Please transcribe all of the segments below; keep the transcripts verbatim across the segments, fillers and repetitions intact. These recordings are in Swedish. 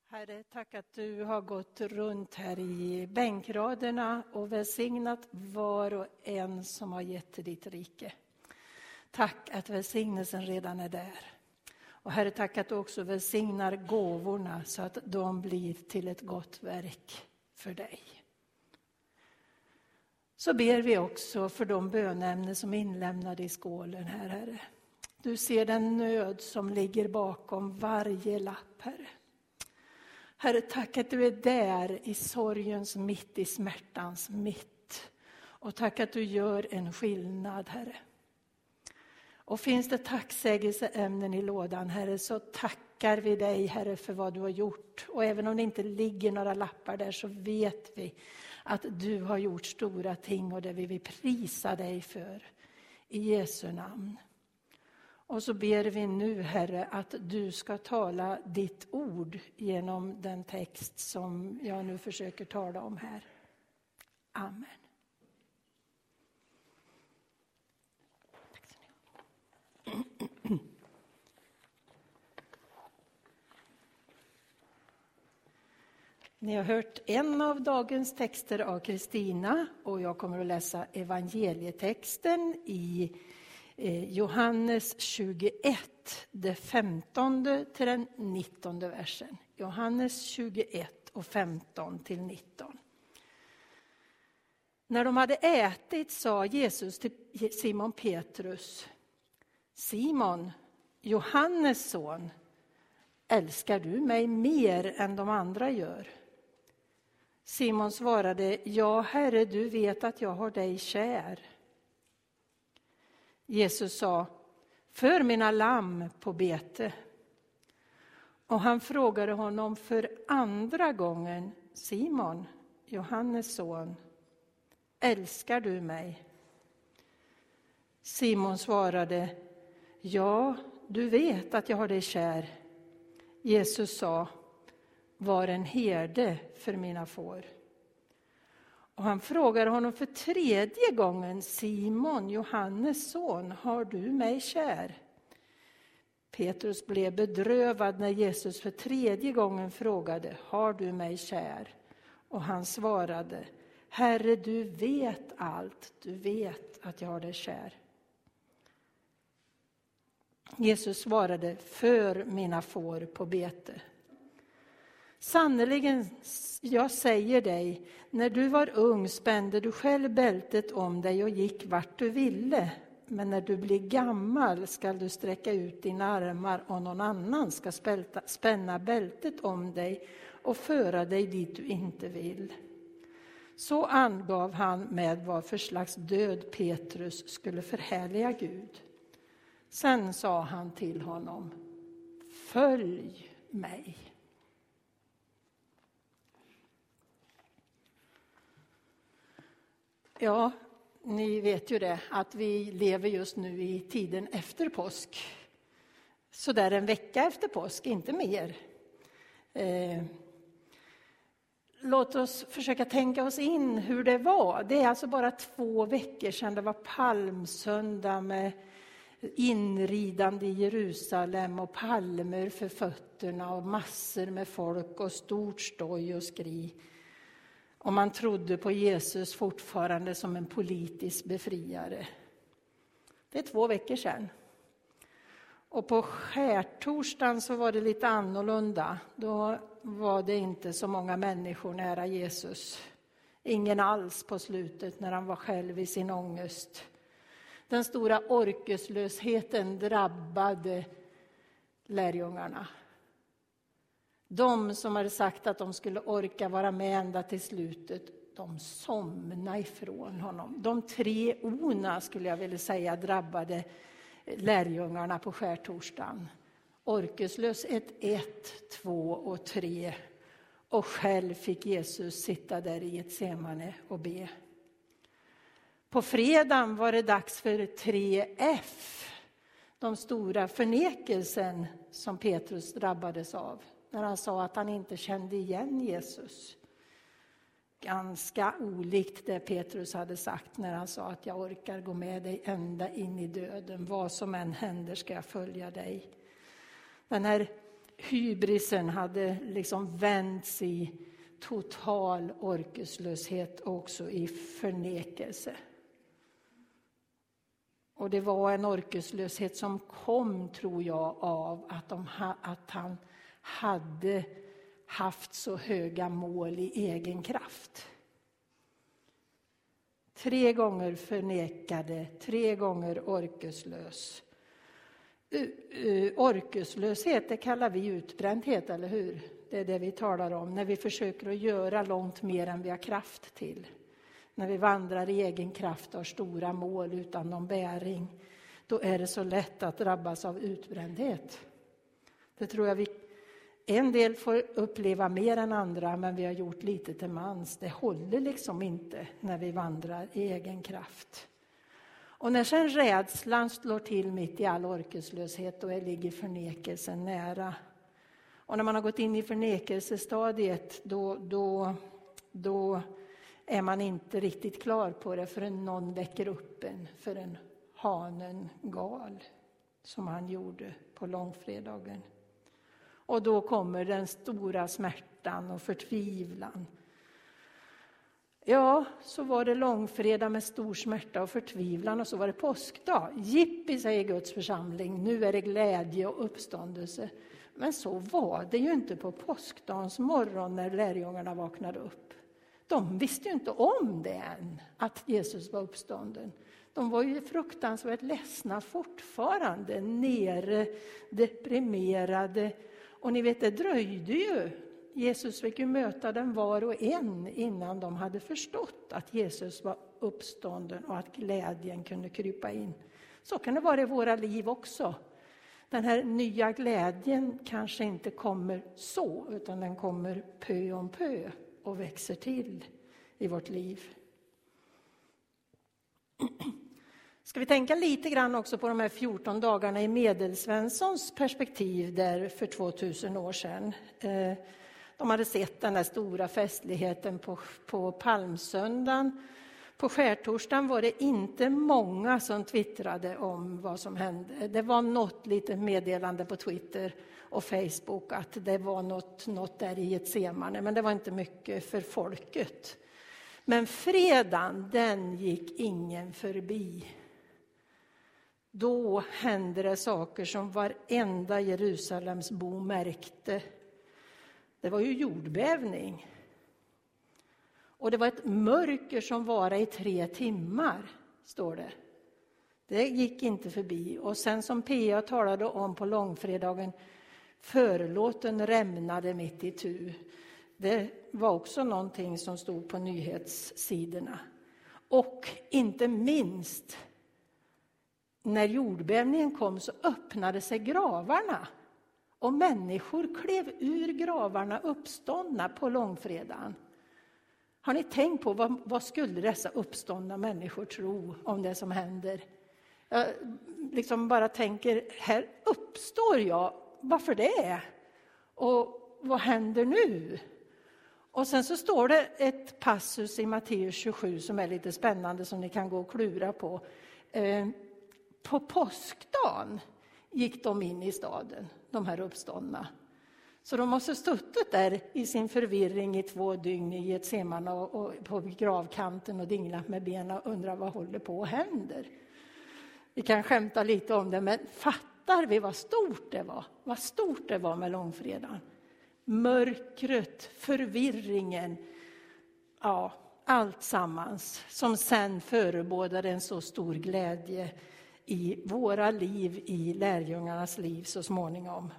Herre, tack att du har gått runt här i bänkraderna och välsignat var och en som har gett till ditt rike. Tack att välsignelsen redan är där. Och Herre, tack att du också välsignar gåvorna så att de blir till ett gott verk för dig. Så ber vi också för de bönämnen som är inlämnade i skålen här, Herre. Du ser den nöd som ligger bakom varje lapp, Herre. Herre, tack att du är där i sorgens mitt, i smärtans mitt. Och tack att du gör en skillnad, Herre. Och finns det tacksägelseämnen i lådan, Herre, så tackar vi dig, Herre, för vad du har gjort. Och även om det inte ligger några lappar där så vet vi att du har gjort stora ting och det vill vi prisa dig för. I Jesu namn. Och så ber vi nu, Herre, att du ska tala ditt ord genom den text som jag nu försöker tala om här. Amen. Ni har hört en av dagens texter av Kristina och jag kommer att läsa evangelietexten i Johannes tjugoett, det femtonde till den nittonde versen. Johannes tjugoett och femton till nitton. När de hade ätit sa Jesus till Simon Petrus: Simon, Johannes son, älskar du mig mer än de andra gör? Simon svarade: Ja, Herre, du vet att jag har dig kär. Jesus sa: för mina lamm på bete. Och han frågade honom för andra gången: Simon, Johannes son, älskar du mig? Simon svarade: ja, du vet att jag har dig kär. Jesus sa: var en herde för mina får. Och han frågade honom för tredje gången: Simon, Johannes son, har du mig kär? Petrus blev bedrövad när Jesus för tredje gången frågade: har du mig kär? Och han svarade: Herre, du vet allt, du vet att jag har dig kär. Jesus svarade: för mina får på bete. Sannerligen, jag säger dig, när du var ung spände du själv bältet om dig och gick vart du ville. Men när du blir gammal ska du sträcka ut dina armar och någon annan ska spälta, spänna bältet om dig och föra dig dit du inte vill. Så angav han med vad för slags död Petrus skulle förhärliga Gud. Sen sa han till honom: följ mig. Ja, ni vet ju det, att vi lever just nu i tiden efter påsk. Så där en vecka efter påsk, inte mer. Eh, låt oss försöka tänka oss in hur det var. Det är alltså bara två veckor sedan det var palmsöndag med inridande i Jerusalem och palmer för fötterna och massor med folk och stort stoj och skri. Och man trodde på Jesus fortfarande som en politisk befriare. Det är två veckor sedan. Och på skärtorsdagen så var det lite annorlunda. Då var det inte så många människor nära Jesus. Ingen alls på slutet när han var själv i sin ångest. Den stora orkeslösheten drabbade lärjungarna. De som hade sagt att de skulle orka vara med ända till slutet, de somnade ifrån honom. De tre ona, skulle jag vilja säga, drabbade lärjungarna på skärtorsdagen. Orkeslöshet ett, två och tre. Och själv fick Jesus sitta där i Getsemane och be. På fredagen var det dags för tre F. De stora förnekelsen som Petrus drabbades av. När han sa att han inte kände igen Jesus. Ganska olikt det Petrus hade sagt när han sa att jag orkar gå med dig ända in i döden. Vad som än händer ska jag följa dig. Den här hybrisen hade liksom vänts i total orkeslöshet och också i förnekelse. Och det var en orkeslöshet som kom, tror jag, av att, de, att han hade haft så höga mål i egen kraft. Tre gånger förnekade, tre gånger orkeslös. Orkeslöshet, det kallar vi utbrändhet, eller hur? Det är det vi talar om när vi försöker att göra långt mer än vi har kraft till. När vi vandrar i egen kraft och har stora mål utan någon bäring, då är det så lätt att drabbas av utbrändhet. Det tror jag vi, en del får uppleva mer än andra, men vi har gjort lite till mans. Det håller liksom inte när vi vandrar i egen kraft. Och när sen rädslan slår till mitt i all orkeslöshet, då ligger förnekelsen nära. Och när man har gått in i förnekelsestadiet, då, då, då är man inte riktigt klar på det förrän någon väcker upp en, förrän hanen gal, som han gjorde på långfredagen. Och då kommer den stora smärtan och förtvivlan. Ja, så var det långfredag med stor smärta och förtvivlan, och så var det påskdag. Jippi, säger Guds församling, nu är det glädje och uppståndelse. Men så var det ju inte på påskdagens morgon när lärjungarna vaknade upp. De visste ju inte om det än, att Jesus var uppstånden. De var ju fruktansvärt ledsna fortfarande, nere, deprimerade. Och ni vet, det dröjde ju. Jesus fick ju möta dem var och en innan de hade förstått att Jesus var uppstånden och att glädjen kunde krypa in. Så kan det vara i våra liv också. Den här nya glädjen kanske inte kommer så, utan den kommer pö om pö och växer till i vårt liv. Ska vi tänka lite grann också på de här fjorton dagarna i Medelsvenssons perspektiv där för tvåtusen år sedan. De hade sett den här stora festligheten på, på palmsöndagen. På skärtorsdagen var det inte många som twittrade om vad som hände. Det var något litet meddelande på Twitter och Facebook att det var något, något där i Getsemane, men det var inte mycket för folket. Men fredagen, den gick ingen förbi. Då hände det saker som varenda Jerusalems bo märkte. Det var ju jordbävning. Och det var ett mörker som varade i tre timmar, står det. Det gick inte förbi. Och sen som P A talade om på långfredagen, förlåten rämnade mitt i tu. Det var också någonting som stod på nyhetssidorna. Och inte minst, när jordbävningen kom så öppnade sig gravarna. Och människor klev ur gravarna uppståndna på långfredagen. Har ni tänkt på vad, vad skulle dessa uppståndna människor tro om det som händer? Jag liksom bara tänker, här uppstår jag. Varför det? Och vad händer nu? Och sen så står det ett passus i Matteus tjugosju som är lite spännande som ni kan gå och klura på. Eh, på påskdagen gick de in i staden, de här uppståndna. Så de måste stuttat där i sin förvirring i två dygn i Getsemane och, och på gravkanten och dinglat med benen och undrar vad håller på och händer. Vi kan skämta lite om det, men fattar vi vad stort det var? Vad stort det var med långfredagen. Mörkret, förvirringen, ja, allt sammans som sen förebådade en så stor glädje i våra liv, i lärjungarnas liv så småningom.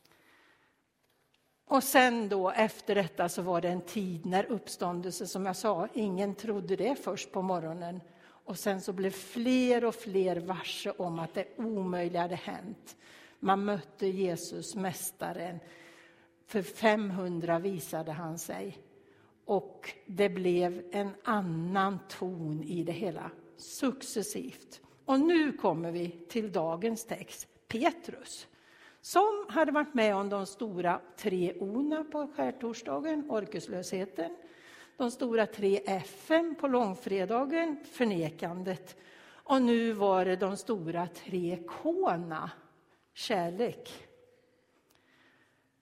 Och sen då efter detta så var det en tid när uppståndelse, som jag sa, ingen trodde det först på morgonen. Och sen så blev fler och fler varse om att det omöjliga hade hänt. Man mötte Jesus, mästaren. För femhundra visade han sig. Och det blev en annan ton i det hela, successivt. Och nu kommer vi till dagens text, Petrus. Som hade varit med om de stora tre O'na på skärtorsdagen, orkeslösheten. De stora tre F:en på långfredagen, förnekandet. Och nu var det de stora tre K'na, kärlek.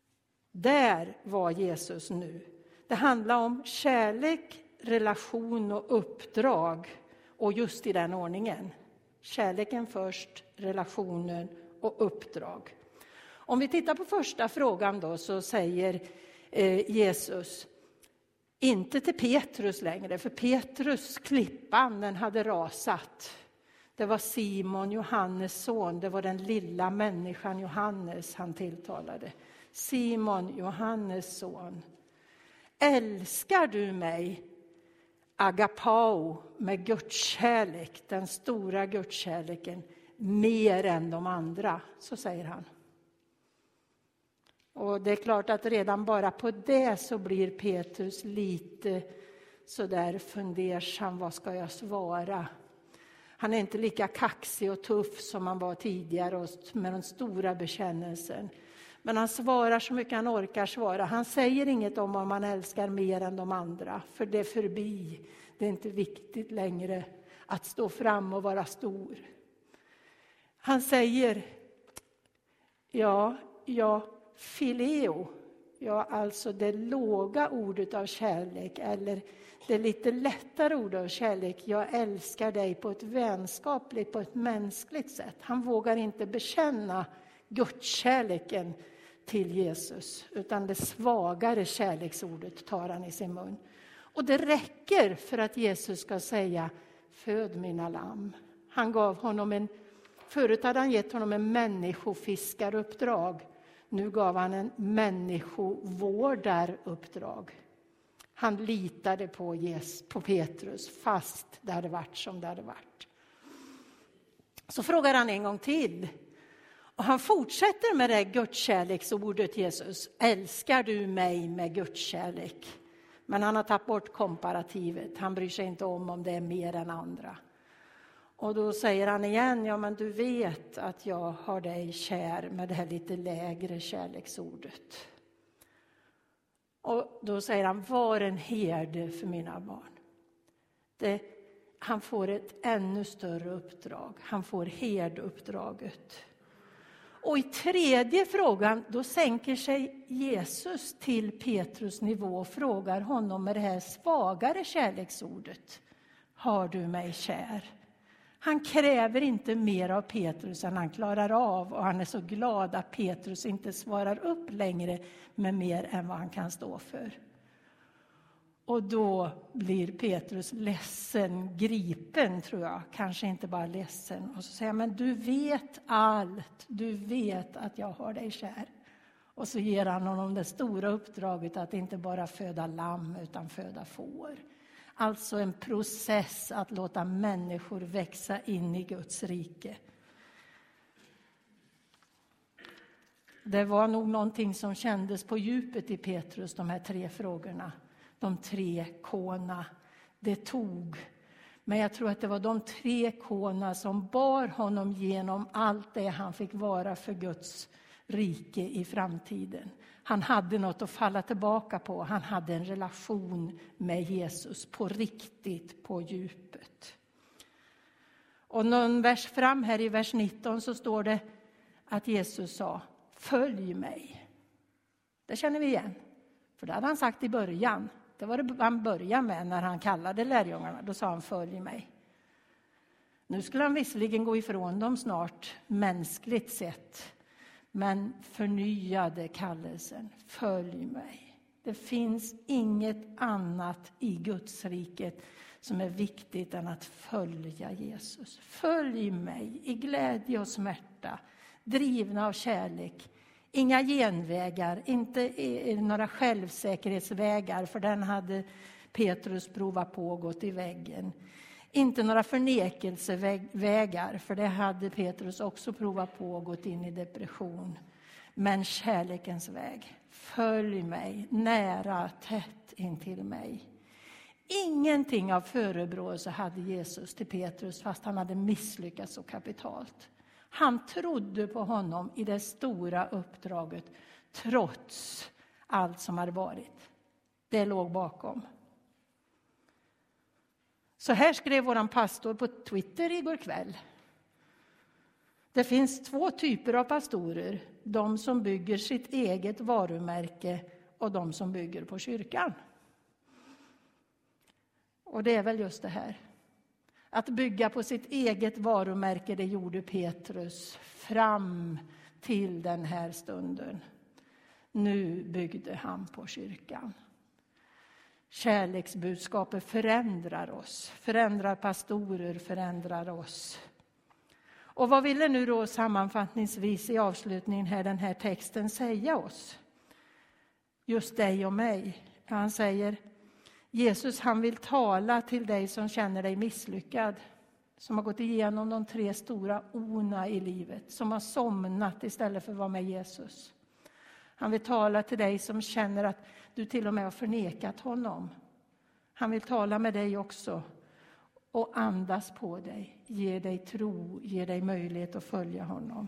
Där var Jesus nu. Det handlar om kärlek, relation och uppdrag. Och just i den ordningen. Kärleken först, relationen och uppdrag. Om vi tittar på första frågan då, så säger eh, Jesus inte till Petrus längre. För Petrus, klippan, den hade rasat. Det var Simon, Johannes son. Det var den lilla människan Johannes han tilltalade. Simon, Johannes son. Älskar du mig? Agapao, med gudskärlek, den stora gudskärleken, mer än de andra, så säger han. Och det är klart att redan bara på det så blir Petrus lite så där fundersam, vad ska jag svara? Han är inte lika kaxig och tuff som han var tidigare med den stora bekännelsen. Men han svarar så mycket han orkar svara. Han säger inget om om han älskar mer än de andra. För det är förbi. Det är inte viktigt längre att stå fram och vara stor. Han säger, ja, ja, fileo. Ja, alltså det låga ordet av kärlek. Eller det lite lättare ordet av kärlek. Jag älskar dig på ett vänskapligt, på ett mänskligt sätt. Han vågar inte bekänna gudskärleken till Jesus, utan det svagare kärleksordet tar han i sin mun. Och det räcker för att Jesus ska säga, föd mina lamm. Han gav honom en, förut hade han gett honom en människofiskaruppdrag. Nu gav han en människovårdaruppdrag. Han litade på, Jesus, på Petrus fast det hade varit som det hade varit. Så frågar han en gång till. Och han fortsätter med det gudskärleksordet Jesus. Älskar du mig med gudskärlek? Men han har tagit bort komparativet. Han bryr sig inte om om det är mer än andra. Och då säger han igen, ja men du vet att jag har dig kär med det här lite lägre kärleksordet. Och då säger han, var en herde för mina barn. Det, han får ett ännu större uppdrag. Han får herduppdraget. Och i tredje frågan, då sänker sig Jesus till Petrus nivå och frågar honom med det här svagare kärleksordet. Har du mig kär? Han kräver inte mer av Petrus än han klarar av. Och han är så glad att Petrus inte svarar upp längre med mer än vad han kan stå för. Och då blir Petrus ledsen, gripen tror jag. Kanske inte bara ledsen. Och så säger han, men du vet allt. Du vet att jag har dig kär. Och så ger han honom det stora uppdraget att inte bara föda lamm utan föda får. Alltså en process att låta människor växa in i Guds rike. Det var nog någonting som kändes på djupet i Petrus, de här tre frågorna. De tre kåna. Det tog. Men jag tror att det var de tre kåna som bar honom genom allt det han fick vara för Guds rike i framtiden. Han hade något att falla tillbaka på. Han hade en relation med Jesus på riktigt, på djupet. Och någon vers fram här i vers nitton så står det att Jesus sa, följ mig. Det känner vi igen. För det hade han sagt i början. Det var det han började med när han kallade lärjungarna. Då sa han, följ mig. Nu skulle han visserligen gå ifrån dem snart, mänskligt sett. Men förnyade kallelsen, följ mig. Det finns inget annat i Guds riket som är viktigt än att följa Jesus. Följ mig i glädje och smärta, drivna av kärlek. Inga genvägar, inte några självsäkerhetsvägar, för den hade Petrus provat på och gått i väggen. Inte några förnekelsevägar, för det hade Petrus också provat på och gått in i depression. Men kärlekens väg, följ mig, nära, tätt in till mig. Ingenting av förebråelse hade Jesus till Petrus, fast han hade misslyckats så kapitalt. Han trodde på honom i det stora uppdraget, trots allt som hade varit. Det låg bakom. Så här skrev våran pastor på Twitter igår kväll. Det finns två typer av pastorer. De som bygger sitt eget varumärke och de som bygger på kyrkan. Och det är väl just det här. Att bygga på sitt eget varumärke, det gjorde Petrus fram till den här stunden. Nu byggde han på kyrkan. Kärleksbudskapet förändrar oss. Förändrar pastorer, förändrar oss. Och vad ville nu då sammanfattningsvis i avslutningen här den här texten säga oss? Just dig och mig. Han säger, Jesus han vill tala till dig som känner dig misslyckad. Som har gått igenom de tre stora ona i livet. Som har somnat istället för att vara med Jesus. Han vill tala till dig som känner att du till och med har förnekat honom. Han vill tala med dig också. Och andas på dig. Ge dig tro. Ge dig möjlighet att följa honom.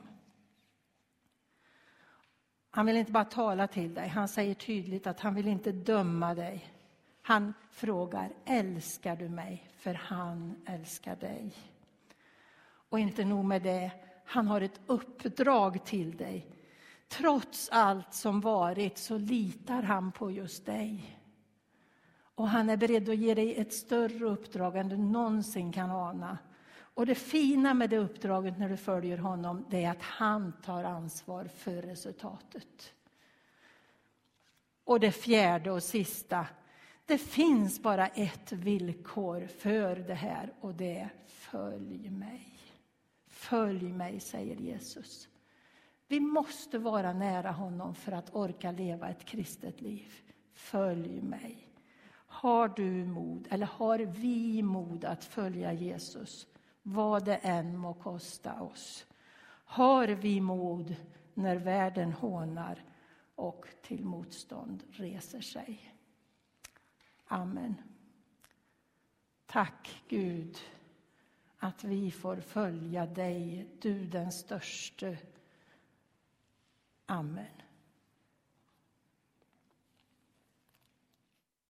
Han vill inte bara tala till dig. Han säger tydligt att han vill inte döma dig. Han frågar, älskar du mig? För han älskar dig. Och inte nog med det. Han har ett uppdrag till dig. Trots allt som varit så litar han på just dig. Och han är beredd att ge dig ett större uppdrag än du någonsin kan ana. Och det fina med det uppdraget när du följer honom, det är att han tar ansvar för resultatet. Och det fjärde och sista, det finns bara ett villkor för det här och det är följ mig. Följ mig, säger Jesus. Vi måste vara nära honom för att orka leva ett kristet liv. Följ mig. Har du mod, eller har vi mod att följa Jesus, vad det än må kosta oss? Har vi mod när världen hånar och till motstånd reser sig? Amen. Tack Gud att vi får följa dig, du den störste. Amen.